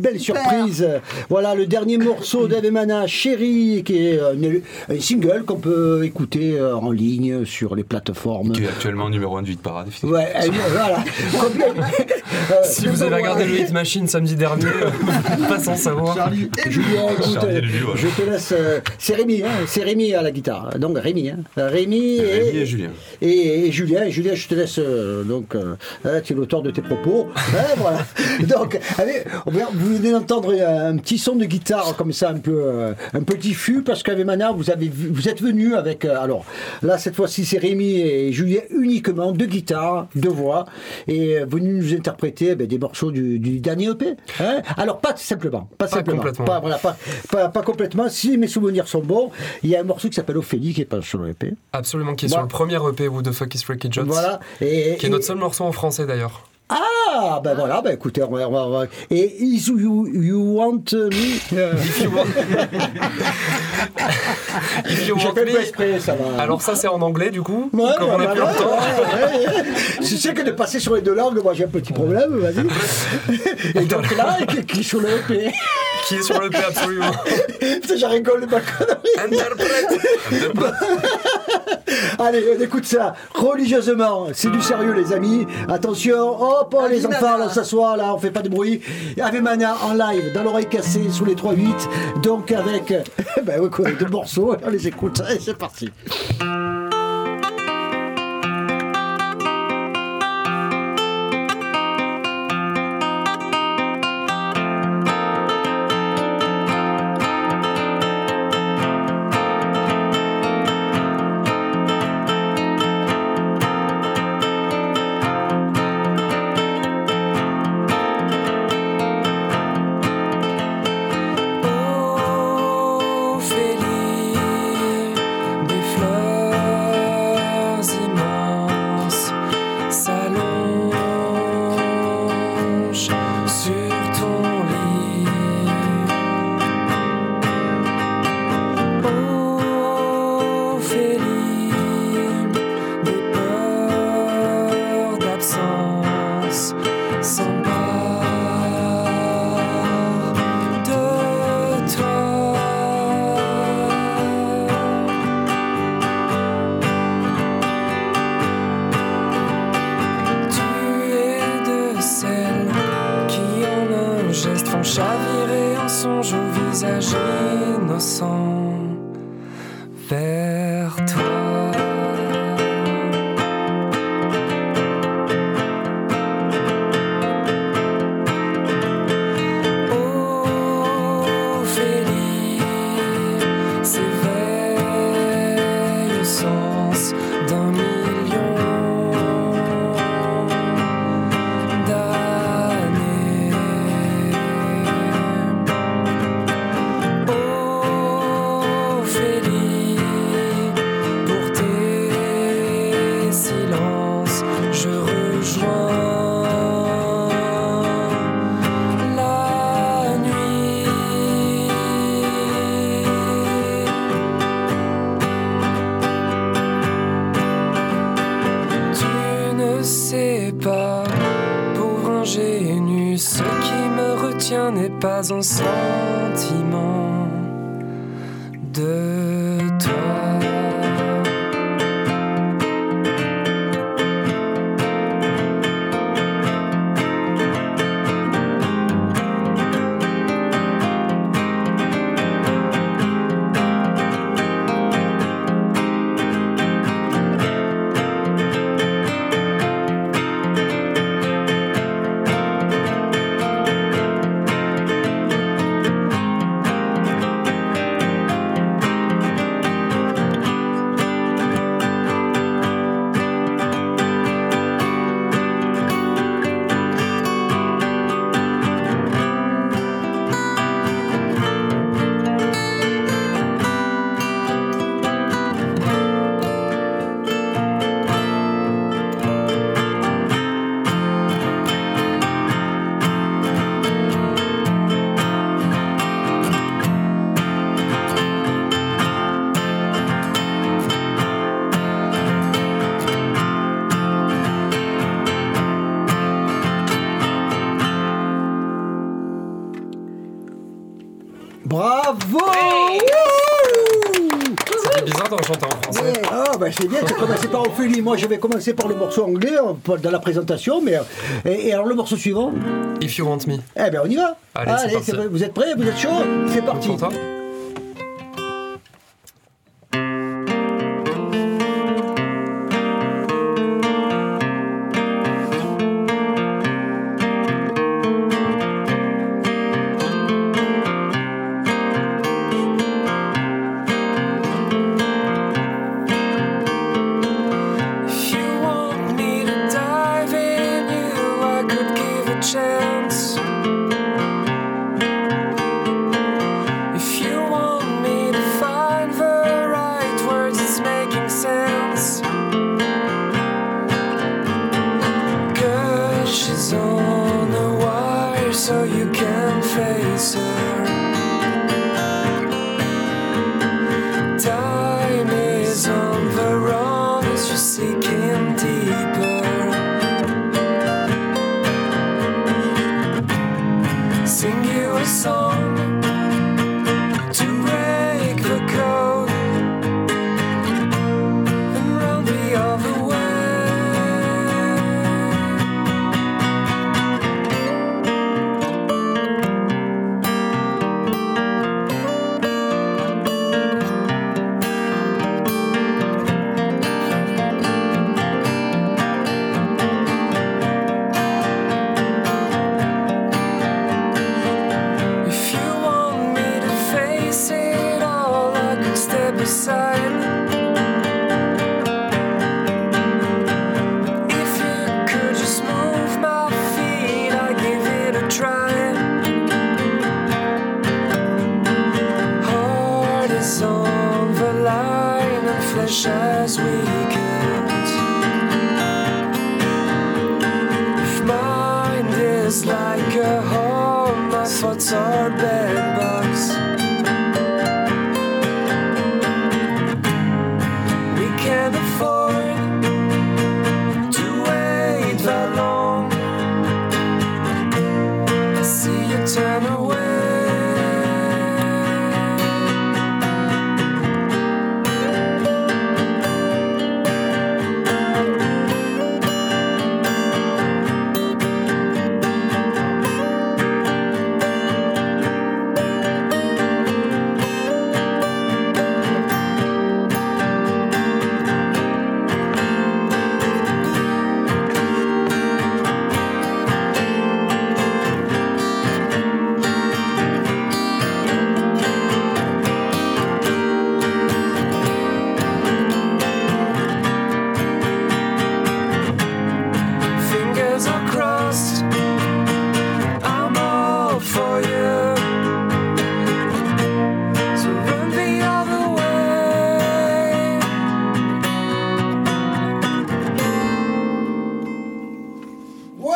belle Super. surprise. Voilà le dernier morceau d'Ave Mana, Chérie, qui est un, un single qu'on peut écouter euh, en ligne sur les plateformes. Qui est actuellement numéro un du hit parade. Ouais, euh, voilà. Euh, Si vous avez regardé le Hit Machine samedi dernier, euh, pas sans savoir. Charlie et Julien, écoute, Charlie et Lulu, ouais. je te laisse. euh, c'est Rémi, hein, c'est Rémi à la guitare. Donc Rémi, hein, Rémi, et, Rémi et Julien. Et, et Julien, et Julien, je te laisse. euh, donc, euh, hein, tu es l'auteur de tes propos. Hein, voilà. Donc, allez, on va- vous venez d'entendre un petit son de guitare comme ça, un peu, euh, un peu diffus, parce qu'avec Mana, vous avez, vu- vous êtes venu avec. euh, alors, là, cette fois-ci, c'est Rémi et Julien uniquement, deux guitares, deux voix, et euh, venus nous interpréter ben, des morceaux du, du dernier E P. Hein. Alors, pas simplement, pas, Pas simplement, complètement. pas, voilà, pas, pas, pas complètement. Si mes souvenirs sont bons, il y a un morceau qui s'appelle Ophélie qui est pas sur le E P. Absolument, qui est Moi- sur le premier E P Who the Fuck is Freaky Jones. Voilà. Et, Qui est et- notre seul morceau en français d'ailleurs. Ah, ben voilà, ben écoutez, on va, on va- on va- Et Is You, you Want Me euh, If you want, If you J'ai want fait me. pas exprès, ça va. Alors ça c'est en anglais du coup, Ouais, comme on bah, a plus voilà, le temps. ouais, ouais, ouais. Je sais que de passer sur les deux langues, moi j'ai un petit problème, vas-y. Et donc là, qui- qui est sur le E P. Qui est sur le E P absolument. Putain, j'en rigole de ma connerie. Interprète. Allez, on écoute ça religieusement. C'est du sérieux, les amis. Attention, hop, oh, les Ave enfants, Mana. on s'assoit, là, on fait pas de bruit. Ave Mana en live, dans l'oreille cassée, sous les trois huit. Donc avec, ben ouais, quoi, deux morceaux, on les écoute. Allez, c'est parti. Ophélie, des fleurs immenses s'allongent sur ton lit. Ophélie, des peurs d'absence s'emparent de toi. Tu es de celles qui en un geste font chavirer un songe au visage innocent vers toi. Ophélie s'éveille au sens d'un million d'années. Ophélie, pour tes silences, je rejoins la nuit. Tu ne sais pas, pauvre ingénu, ce qui me retient n'est pas un sentiment de toi. Bravo. C'était bizarre d'en chanter en français. Ah, ben c'est bien, tu as commencé par Ophélie. Moi, je vais commencer par le morceau anglais euh, dans la présentation. Mais, euh, et, et alors, le morceau suivant? If You Want Me. Eh ben, on y va. Allez, c'est parti. c'est- vous êtes prêts? Vous êtes chaud? C'est parti. Pour toi. If you want me to dive in you, I could give a chance. If you want me to find the right words, it's making sense. Girl, she's on the wire, so you can face her. Time is on the run as you're seeking deeper. Sing you a song to break the code and run the other way. If you want me to face it all, I could step aside. But if you could just move my feet, I'd give it a try. Heart is on the line and flesh has weakened. If mind is like a home, my thoughts are bed bugs. We can't afford to wait that long. I see you turn away. Fingers are crossed, I'm all for you. So run the other way. Ouais.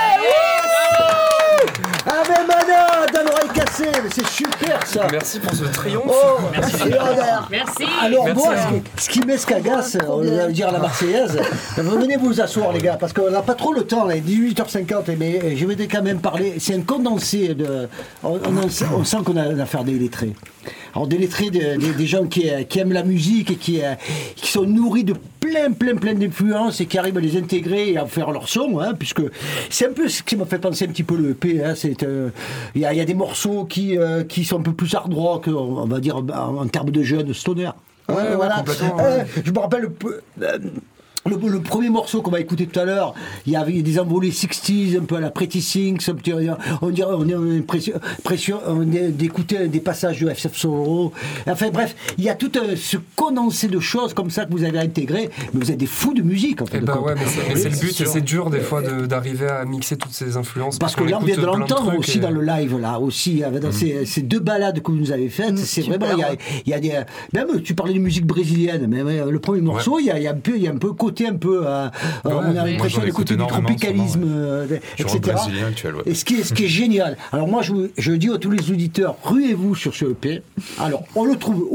Ah mais Mana, dans l'oreille cassée, mais c'est super ça. Merci pour ce triomphe. Oh, Merci. extraordinaire. Merci. Alors Merci moi, à ce vous. qui, ce qui m'escagace, on va dire à la Marseillaise, venez vous asseoir les gars, parce qu'on n'a pas trop le temps, là, il est dix-huit heures cinquante, mais je vais quand même parler, c'est un condensé de... On, on- on sent qu'on a l'affaire des lettrés. Alors des lettrés, de- des- des gens qui, qui aiment la musique et qui, euh, qui sont nourris de plein, plein, plein d'influences et qui arrivent à les intégrer et à faire leur son, hein, puisque c'est un peu ce qui m'a fait penser un petit peu le E P. hein, c'est, euh, Il y, a- il y a des morceaux qui, euh, qui sont un peu plus hard rock, on va dire en, en termes de jeunes, stoner. Ouais, ouais, voilà. complètement, Euh, ouais. je me rappelle peu- euh, le, le premier morceau qu'on va écouter tout à l'heure, il y avait des envolées sixties, un peu à la Pretty Things, un petit- on dirait on est impression, impression on est d'écouter des passages de F F Solo. Enfin bref, il y a tout euh, ce condensé de choses comme ça que vous avez intégré, mais vous êtes des fous de musique en fait. Eh ben ouais, mais c'est, mais c'est le but, et c'est dur des fois de- d'arriver à mixer toutes ces influences. Parce que qu'on là, on vient écoute de plein l'entendre trucs aussi et- dans le live, là, aussi, avec- dans ces, ces deux balades que vous nous avez faites. c'est super, vraiment, il y a, ouais. il y a des. Même, tu parlais de musique brésilienne, mais ouais, le premier morceau, il y a, il y a un peu, il y a un peu côté un peu. euh, on a moi, l'impression j'en d'écouter écoute du énormément en ce moment, tropicalisme, ouais. euh, Genre et cetera. brésilien actuel, ouais. Et ce qui est, ce qui est génial. Alors moi, je, vous- je dis à tous les auditeurs, ruez-vous sur ce E P. Alors, on le trouve où?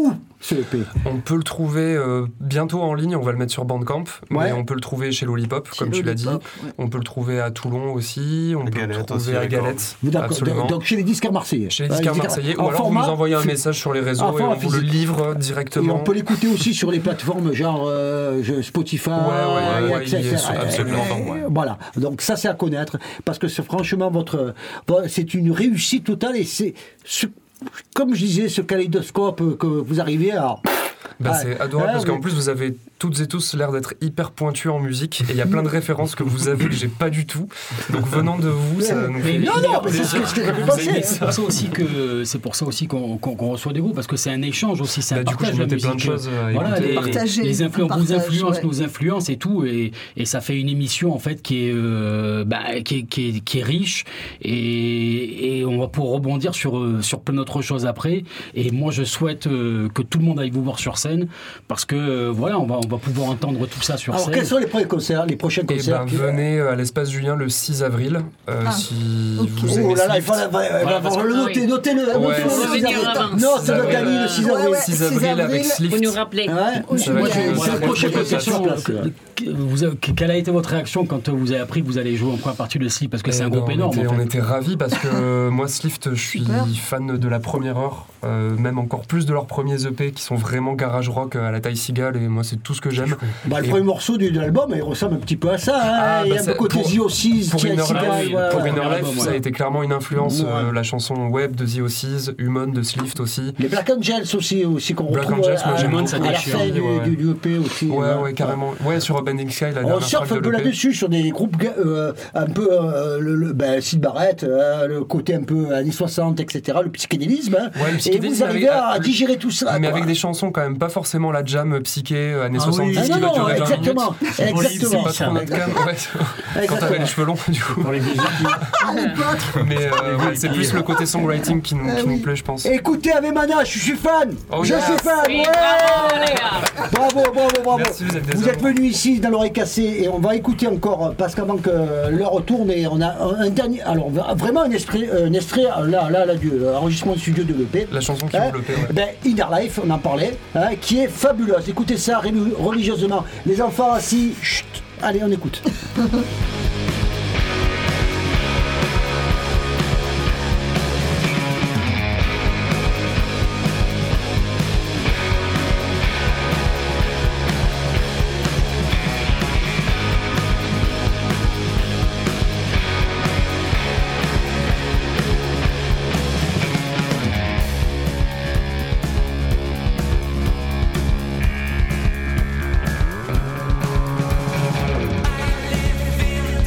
ce E P? On peut le trouver euh, bientôt en ligne, on va le mettre sur Bandcamp, Ouais. mais on peut le trouver chez Lollipop, Chez comme tu l'as dit. Lollipop, ouais. On peut le trouver à Toulon aussi, on À peut Galette le trouver aussi, à d'accord. Galette. Vous d'accord, Absolument. donc, donc chez les disquaires marseillais. Chez les Ouais, disquaires disquaires- marseillais, en ou alors format vous nous envoyez un phy- message sur les réseaux en et format on vous le physique. livre Et directement. on peut l'écouter aussi sur les plateformes genre euh, je- Spotify, Ouais, ouais, ouais, ouais, et cetera. il y est absolument. Euh, Voilà, donc ça c'est à connaître parce que c'est franchement votre, votre- c'est une réussite totale et c'est ce- comme je disais ce kaléidoscope que vous arrivez à. Bah, Ah, c'est adorable ah, parce qu'en oui. plus vous avez toutes et tous l'air d'être hyper pointus en musique et il y a plein de références que vous avez que j'ai pas du tout. Donc venant de vous, ça nous fait non, non, hyper mais c'est plaisir. ce que- ce que j'avais Vous pensé. ayez C'est ça. pour ça aussi que c'est pour ça aussi qu'on qu'on- qu'on reçoit des groupes parce que c'est un échange aussi, c'est Bah, un du coup, partage j'ai de noté musique. plein de choses à Voilà, écouter. les, Partager, les influences, un vos partage, influences, ouais. nos influences et tout, et, et ça fait une émission en fait qui est euh, bah, qui est, qui est, qui est riche et, et on va pouvoir rebondir sur euh, sur plein d'autres choses après. Et moi, je souhaite euh, que tout le monde aille vous voir sur scène parce que euh, voilà, on va on va pouvoir entendre tout ça sur Alors scène. quels sont les premiers concerts, les prochains Et concerts ben qui- venez à l'espace Julien le six avril euh, Ah, si ok. vous aimez Oh là là, il Slift. faut la- va- va- Voilà, va- parce le que- noter, oui. notez-le, notez-le Ouais, le faut six venir avril. avant. Non, ça doit Ouais, gagner le six ouais, avril. ouais. six avril avec six Slift. Vous nous rappelez. Ouais. Au Ça va Moi, être j'ai- une- c'est le une prochain très concert sur belle place. ouais. Vous avez- quelle a été votre réaction quand vous avez appris que vous allez jouer en première partie de Slip parce que Eh c'est un ben, groupe on énorme. était, en fait. on était ravis parce que moi, Slift, je suis Super. fan de la première heure, euh, même encore plus de leurs premiers E P qui sont vraiment garage rock à la taille cigale et moi, c'est tout ce que j'aime. Bah, le Et premier morceau du- de l'album, il ressemble un petit peu à ça. Hein. Ah, il y a bah, un ça- peu côté pour- The Oasis, Pour T L Inner C, Life, voilà, pour voilà. Inner Life, album, ça a ouais. été clairement une influence. Ouais. euh, la chanson web de The Oasis, Human de Slift aussi. Les Black Angels aussi, aussi qu'on Black retrouve Angels, moi, à, j'aime à, beaucoup. à la déchire. fin du, Ouais, ouais. du, du E P aussi. Ouais, voilà. ouais, carrément. Ouais, sur Bending Sky, la On dernière surfe track un de peu l'E P. là-dessus sur des groupes ga- euh, un peu euh, le, le ben, Syd Barrett, euh, le côté un peu années soixante, et cetera, le psychédélisme. Hein. Ouais, le Et psychédélisme vous arrivez avec- à digérer tout ça. Mais quoi. avec des chansons quand même, pas forcément la jam psyché euh, années Ah oui. soixante-dix Ah qui non, va non, durer vingt exactement. minutes. pour les Exactement. C'est pas ça. trop notre cam. Ouais. Quand t'avais Exactement. les cheveux longs, du coup. Pour les musiques. Mais euh, ouais, c'est plus le côté songwriting qui nous, qui nous plaît, je pense. Écoutez Ave Mana, je suis fan. Oh, je yes. suis fan. Oui, ouais. bravo, les gars. Bravo, bravo, bravo. Merci, vous êtes des Vous êtes amours. venus ici dans l'oreille cassée et on va écouter encore euh, parce qu'avant que l'heure tourne et on a un, un dernier, alors vraiment un extrait, un extrait là, là, là du euh, enregistrement de studio de l'E P. La chanson qui Hein, ouvre le P, ouais. ben, Inner Life, on en parlait, hein, qui est fabuleuse. Écoutez ça ré- religieusement. Les enfants assis, chut, allez, on écoute. I live in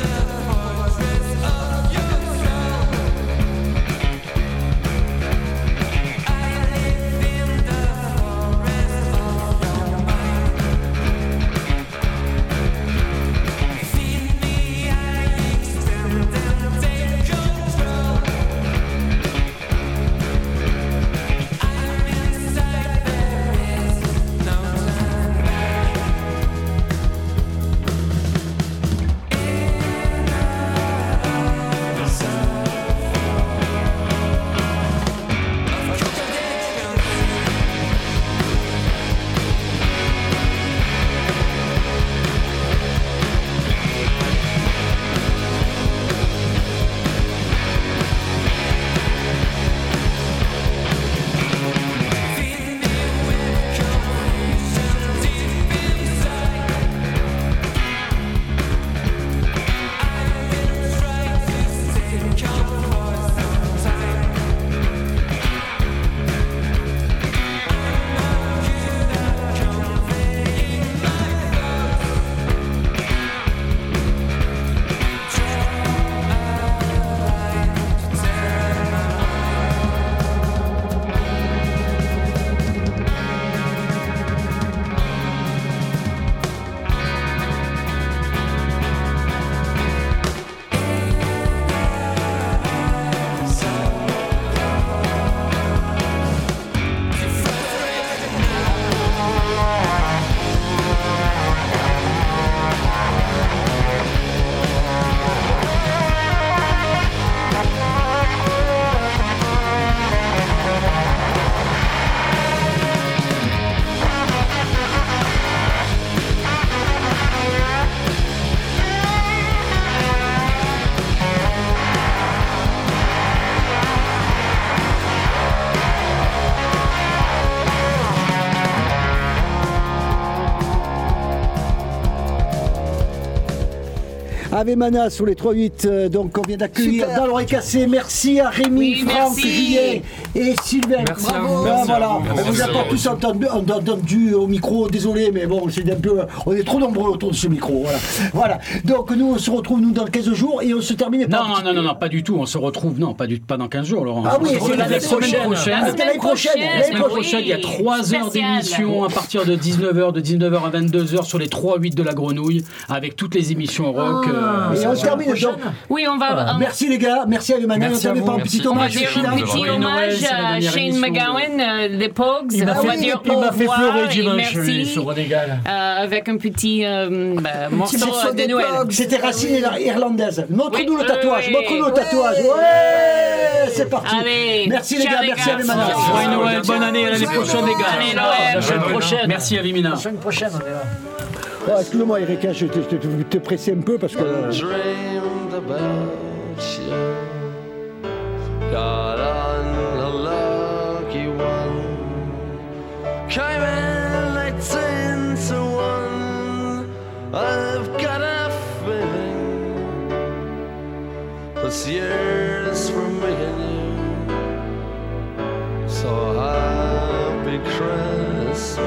Ave Mana sur les trois huit, euh, donc on vient d'accueillir Super. dans l'oreille cassée. Merci à Rémi, Oui, Franck, merci. Julien et Sylvain. Merci à Bravo. vous. Ben Merci à voilà, vous. on Merci vous a à pas vous. tous entendu, entendu au micro, désolé, mais bon, c'est un peu, on est trop nombreux autour de ce micro. Voilà. Voilà. Donc nous, on se retrouve nous dans quinze jours et on se termine par. Non, non, non, non, non, pas du tout. On se retrouve, non, pas, du, pas dans quinze jours, Laurent. Ah On oui, se c'est retrouve l'année la semaine prochaine. prochaine. Ah, c'est l'année prochaine. La semaine Oui. prochaine, il y a trois heures Spécial. d'émission à partir de dix-neuf heures, de dix-neuf heures à vingt-deux heures sur les trois huit de la Grenouille, avec toutes les émissions rock. euh, Et on se termine donc. Oui, on va. on- Merci les gars, merci à Emmanuel. On Merci à termine vous. par un Merci. petit On va hommage. dire final. un petit Joyeux Noël, hommage c'est la à dernière Shane émission. McGowan, euh, les Pogues. Il m'a On va fait, dire il m'a au fait revoir pleurer et dimanche euh, merci. sur Renégal. Euh, avec un petit euh, bah, morceau morceau de des Noël. Pogues. C'était Racine irlandaise. Montre-nous Oui, le tatouage. oui. Montre-nous le tatouage. Ouais. Ouais, c'est parti. Allez, Merci les ciao, gars, les merci à gars. Emmanuel. Joyeux Noël, bonne année, à l'année prochaine, les gars. Allez, Noël. La semaine prochaine. Merci à Vimina. La semaine prochaine, on est là. Oh, excuse-moi Erika, je te, te, te, te pressais un peu parce que. euh, dreamed about you. Got on a lucky one. Came in eighteen to one. I've got a feeling this year's for me and you. So happy Christmas.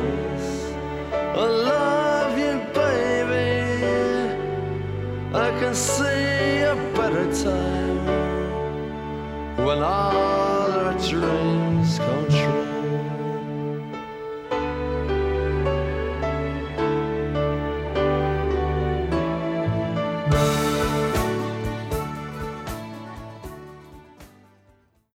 I love you, baby. I can see a better time when all our dreams come